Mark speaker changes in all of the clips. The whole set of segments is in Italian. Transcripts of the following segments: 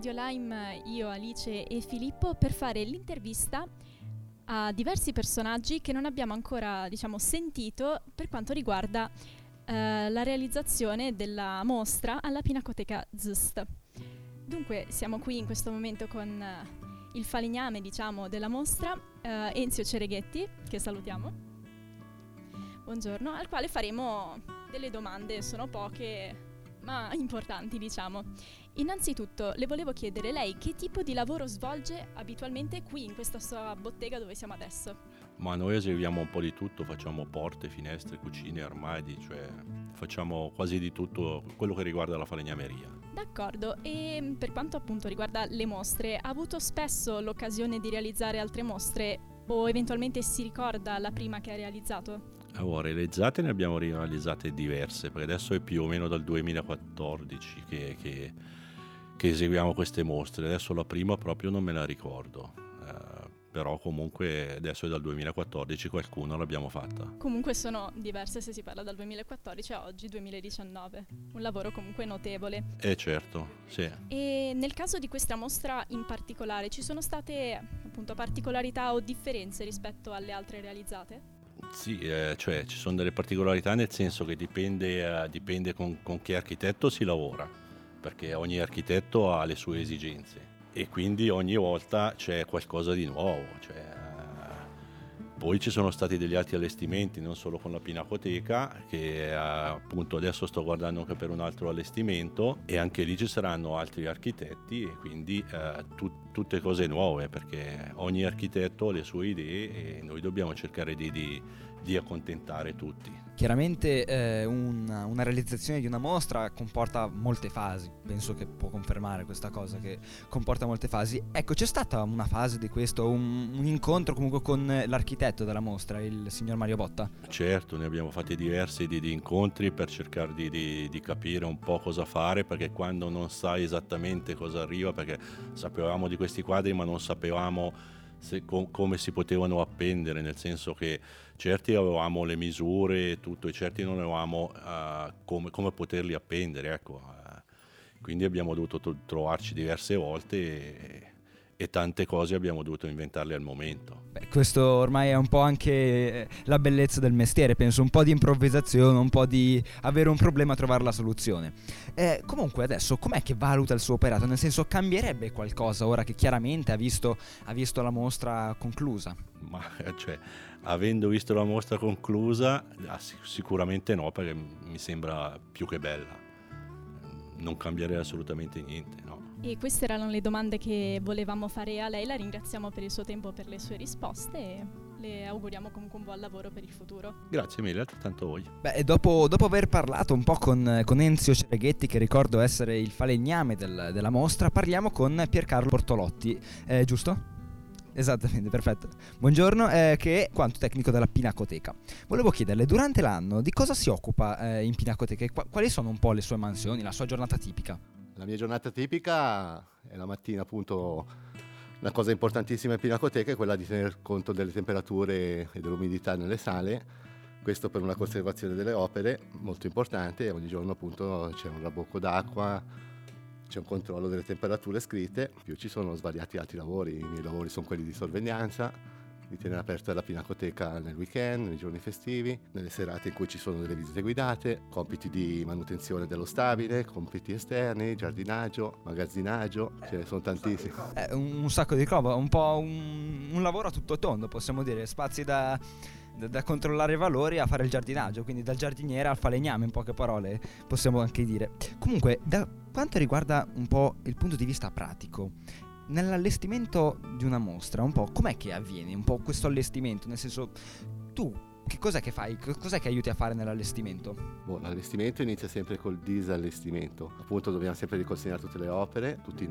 Speaker 1: Radio Lime, io, Alice e Filippo, per fare l'intervista a diversi personaggi che non abbiamo ancora, sentito per quanto riguarda la realizzazione della mostra alla Pinacoteca ZUST. Dunque, siamo qui in questo momento con il falegname, della mostra, Enzio Cereghetti, che salutiamo. Buongiorno, al quale faremo delle domande, sono poche ma importanti, Innanzitutto le volevo chiedere, lei che tipo di lavoro svolge abitualmente qui in questa sua bottega dove siamo adesso?
Speaker 2: Ma noi eseguiamo un po' di tutto, facciamo porte, finestre, cucine, armadi, cioè facciamo quasi di tutto quello che riguarda la falegnameria.
Speaker 1: D'accordo, e per quanto appunto riguarda le mostre, ha avuto spesso l'occasione di realizzare altre mostre o eventualmente si ricorda la prima che ha realizzato?
Speaker 2: Realizzate ne abbiamo realizzate diverse, perché adesso è più o meno dal 2014 che eseguiamo queste mostre. Adesso la prima proprio non me la ricordo, però comunque adesso è dal 2014, qualcuno l'abbiamo fatta.
Speaker 1: Comunque sono diverse se si parla dal 2014 a oggi, 2019. Un lavoro comunque notevole.
Speaker 2: Certo, sì.
Speaker 1: E nel caso di questa mostra in particolare ci sono state appunto particolarità o differenze rispetto alle altre realizzate?
Speaker 2: Sì, cioè ci sono delle particolarità, nel senso che dipende con che architetto si lavora, perché ogni architetto ha le sue esigenze e quindi ogni volta c'è qualcosa di nuovo. Poi ci sono stati degli altri allestimenti, non solo con la Pinacoteca, che appunto adesso sto guardando anche per un altro allestimento, e anche lì ci saranno altri architetti e quindi tutte cose nuove, perché ogni architetto ha le sue idee e noi dobbiamo cercare di accontentare tutti.
Speaker 3: Chiaramente una realizzazione di una mostra comporta molte fasi, penso che può confermare questa cosa, che comporta molte fasi. Ecco, c'è stata una fase di questo, un incontro comunque con l'architetto della mostra, il signor Mario Botta?
Speaker 2: Certo, ne abbiamo fatti diversi di incontri per cercare di capire un po' cosa fare, perché quando non sai esattamente cosa arriva, perché sapevamo di questi quadri ma non sapevamo come si potevano appendere, nel senso che certi avevamo le misure e tutto e certi non avevamo come poterli appendere, quindi abbiamo dovuto trovarci diverse volte e tante cose abbiamo dovuto inventarle al momento.
Speaker 3: Beh, questo ormai è un po' anche la bellezza del mestiere, penso, un po' di improvvisazione, un po' di avere un problema e trovare la soluzione. Comunque adesso com'è che valuta il suo operato? Nel senso, cambierebbe qualcosa ora che chiaramente ha visto la mostra conclusa?
Speaker 2: Ma avendo visto la mostra conclusa, sicuramente no, perché mi sembra più che bella. Non cambierei assolutamente niente, no.
Speaker 1: E queste erano le domande che volevamo fare a lei. La ringraziamo per il suo tempo, per le sue risposte e le auguriamo comunque un buon lavoro per il futuro.
Speaker 2: Grazie mille, altrettanto a voi.
Speaker 3: Beh, dopo aver parlato un po' con Enzio Cereghetti, che ricordo essere il falegname della mostra, parliamo con Piercarlo Bortolotti, giusto? Esattamente, perfetto. Buongiorno, che è quanto tecnico della Pinacoteca. Volevo chiederle, durante l'anno di cosa si occupa in Pinacoteca e quali sono un po' le sue mansioni, la sua giornata tipica?
Speaker 4: La mia giornata tipica è la mattina, appunto. Una cosa importantissima in Pinacoteca è quella di tener conto delle temperature e dell'umidità nelle sale, questo per una conservazione delle opere molto importante. Ogni giorno appunto c'è un rabocco d'acqua, c'è un controllo delle temperature scritte, più ci sono svariati altri lavori. I miei lavori sono quelli di sorveglianza, di tenere aperta la Pinacoteca nel weekend, nei giorni festivi, nelle serate in cui ci sono delle visite guidate, compiti di manutenzione dello stabile, compiti esterni, giardinaggio, magazzinaggio, ce ne sono tantissimi.
Speaker 3: Un sacco di roba, un po' un lavoro a tutto tondo, possiamo dire, spazi da controllare i valori a fare il giardinaggio, quindi dal giardiniere al falegname, in poche parole possiamo anche dire. Comunque, da quanto riguarda un po' il punto di vista pratico, nell'allestimento di una mostra, un po' com'è che avviene un po' questo allestimento? Nel senso, tu che cos'è che fai? Cos'è che aiuti a fare nell'allestimento?
Speaker 4: L'allestimento inizia sempre col disallestimento. Appunto dobbiamo sempre riconsegnare tutte le opere, tutte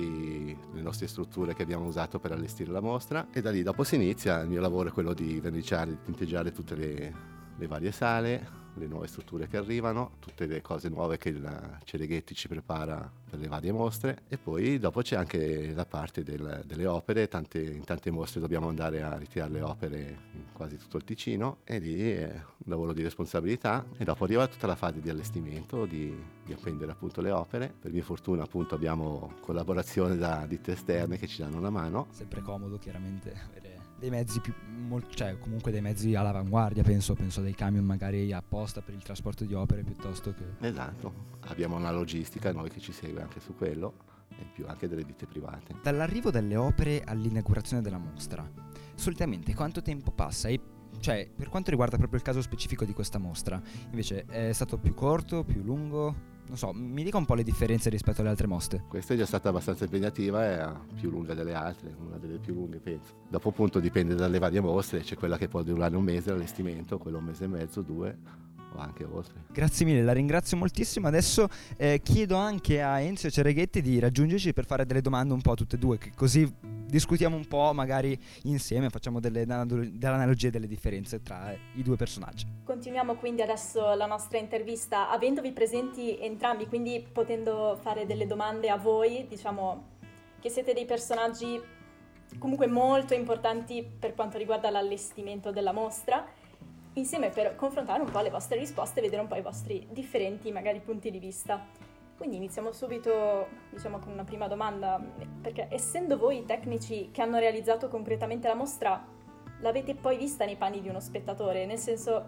Speaker 4: le nostre strutture che abbiamo usato per allestire la mostra, e da lì dopo si inizia. Il mio lavoro è quello di verniciare, di tinteggiare tutte le varie sale, le nuove strutture che arrivano, tutte le cose nuove che la Cereghetti ci prepara per le varie mostre, e poi dopo c'è anche la parte delle opere. In tante mostre dobbiamo andare a ritirare le opere in quasi tutto il Ticino, e lì è un lavoro di responsabilità, e dopo arriva tutta la fase di allestimento, di appendere appunto le opere. Per mia fortuna appunto abbiamo collaborazione da ditte esterne che ci danno una mano.
Speaker 3: Sempre comodo chiaramente avere dei mezzi cioè comunque dei mezzi all'avanguardia, penso a dei camion magari apposta per il trasporto di opere piuttosto che...
Speaker 4: Esatto, abbiamo una logistica noi che ci segue anche su quello, e più anche delle ditte private.
Speaker 3: Dall'arrivo delle opere all'inaugurazione della mostra, solitamente quanto tempo passa? E cioè, per quanto riguarda proprio il caso specifico di questa mostra, invece è stato più corto, più lungo? Non so, mi dica un po' le differenze rispetto alle altre mostre.
Speaker 4: Questa è già stata abbastanza impegnativa, è più lunga delle altre, una delle più lunghe penso. Dopo appunto dipende dalle varie mostre, c'è quella che può durare un mese l'allestimento, quello un mese e mezzo, 2 o anche oltre.
Speaker 3: Grazie mille, la ringrazio moltissimo. Adesso chiedo anche a Enzio Cereghetti di raggiungerci per fare delle domande un po' tutte e due, che così discutiamo un po' magari insieme, facciamo delle analogie e delle differenze tra i due personaggi.
Speaker 1: Continuiamo quindi adesso la nostra intervista avendovi presenti entrambi, quindi potendo fare delle domande a voi, diciamo che siete dei personaggi comunque molto importanti per quanto riguarda l'allestimento della mostra, insieme per confrontare un po' le vostre risposte e vedere un po' i vostri differenti magari punti di vista. Quindi iniziamo subito, diciamo, con una prima domanda, perché essendo voi i tecnici che hanno realizzato concretamente la mostra, l'avete poi vista nei panni di uno spettatore? Nel senso,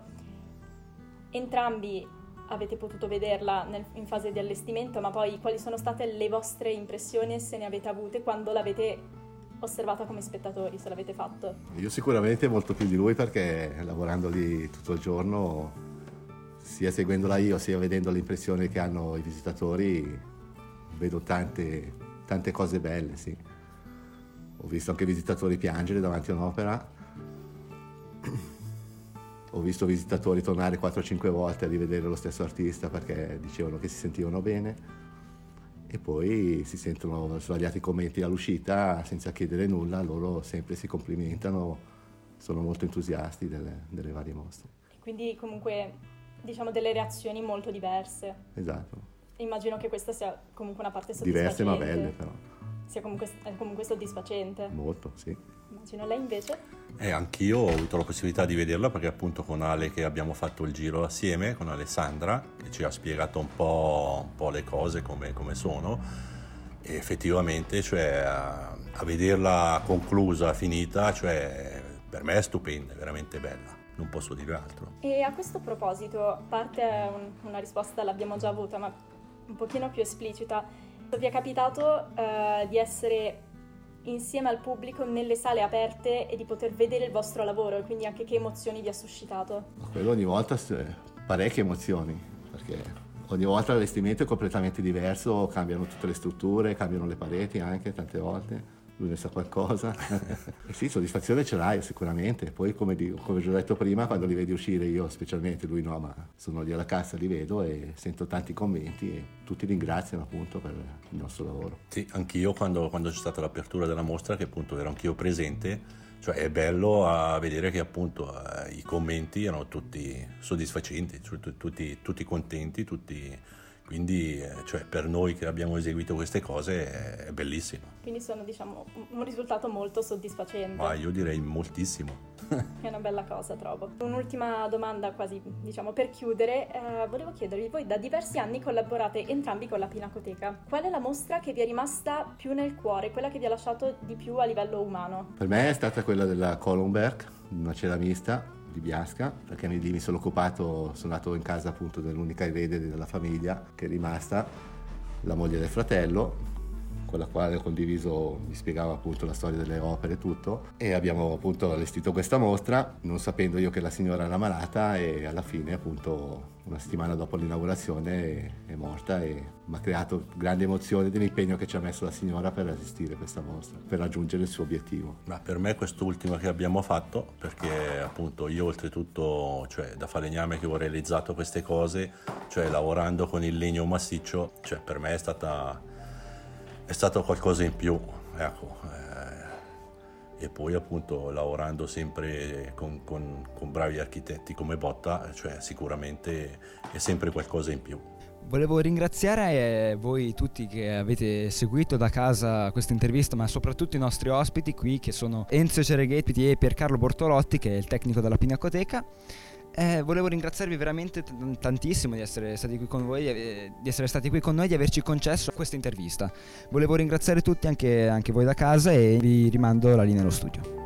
Speaker 1: entrambi avete potuto vederla in fase di allestimento, ma poi quali sono state le vostre impressioni, se ne avete avute, quando l'avete osservata come spettatori, se l'avete fatto?
Speaker 4: Io sicuramente molto più di lui, perché lavorando lì tutto il giorno, sia seguendola io sia vedendo le impressioni che hanno i visitatori, vedo tante cose belle, sì. Ho visto anche visitatori piangere davanti a un'opera, ho visto visitatori tornare 4-5 volte a rivedere lo stesso artista perché dicevano che si sentivano bene, e poi si sentono svariati commenti all'uscita senza chiedere nulla, loro sempre si complimentano, sono molto entusiasti delle varie mostre.
Speaker 1: Quindi comunque, diciamo, delle reazioni molto diverse.
Speaker 4: Esatto.
Speaker 1: Immagino che questa sia comunque una parte soddisfacente.
Speaker 4: Diverse ma belle però.
Speaker 1: Sia comunque soddisfacente.
Speaker 4: Molto, sì.
Speaker 1: Immagino. Lei invece?
Speaker 2: Anch'io ho avuto la possibilità di vederla, perché appunto con Ale che abbiamo fatto il giro assieme, con Alessandra, che ci ha spiegato un po' le cose come sono, e effettivamente, cioè, a vederla conclusa, finita, cioè, per me è stupenda, è veramente bella. Non posso dire altro.
Speaker 1: E a questo proposito, a parte una risposta l'abbiamo già avuta, ma un pochino più esplicita, vi è capitato di essere insieme al pubblico nelle sale aperte e di poter vedere il vostro lavoro, e quindi anche che emozioni vi ha suscitato?
Speaker 4: Quello ogni volta parecchie emozioni, perché ogni volta l'allestimento è completamente diverso, cambiano tutte le strutture, cambiano le pareti anche tante volte. Lui ne sa qualcosa. Sì, soddisfazione ce l'hai sicuramente. Poi come ho già detto prima, quando li vedi uscire, io specialmente, lui no, ma sono lì alla cassa, li vedo e sento tanti commenti e tutti ringraziano appunto per il nostro lavoro.
Speaker 2: Sì, anch'io quando c'è stata l'apertura della mostra, che appunto ero anch'io presente, cioè è bello a vedere che appunto i commenti erano tutti soddisfacenti, cioè, tutti contenti, quindi cioè, per noi che abbiamo eseguito queste cose è bellissimo.
Speaker 1: Quindi sono, diciamo, un risultato molto soddisfacente.
Speaker 2: Ma io direi moltissimo.
Speaker 1: È una bella cosa, trovo. Un'ultima domanda quasi, diciamo, per chiudere. Volevo chiedervi, voi da diversi anni collaborate entrambi con la Pinacoteca. Qual è la mostra che vi è rimasta più nel cuore, quella che vi ha lasciato di più a livello umano?
Speaker 4: Per me è stata quella della Columberg, una ceramista di Biasca, perché lì mi sono occupato, sono nato in casa appunto dell'unica erede della famiglia che è rimasta, la moglie del fratello, con la quale ho condiviso, mi spiegava appunto la storia delle opere e tutto, e abbiamo appunto allestito questa mostra non sapendo io che la signora era malata, e alla fine appunto una settimana dopo l'inaugurazione è morta, e mi ha creato grande emozione dell'impegno che ci ha messo la signora per assistere questa mostra, per raggiungere il suo obiettivo.
Speaker 2: Ma per me quest'ultima che abbiamo fatto, perché appunto io oltretutto, cioè da falegname che ho realizzato queste cose, cioè lavorando con il legno massiccio, cioè per me è stato qualcosa in più, ecco. e poi appunto lavorando sempre con bravi architetti come Botta, cioè sicuramente è sempre qualcosa in più.
Speaker 3: Volevo ringraziare voi tutti che avete seguito da casa questa intervista, ma soprattutto i nostri ospiti qui, che sono Enzo Cereghetti e Piercarlo Bortolotti, che è il tecnico della Pinacoteca. Volevo ringraziarvi veramente tantissimo di essere stati qui con voi, di essere stati qui con noi, di averci concesso questa intervista. Volevo ringraziare tutti, anche voi da casa, e vi rimando la linea allo studio.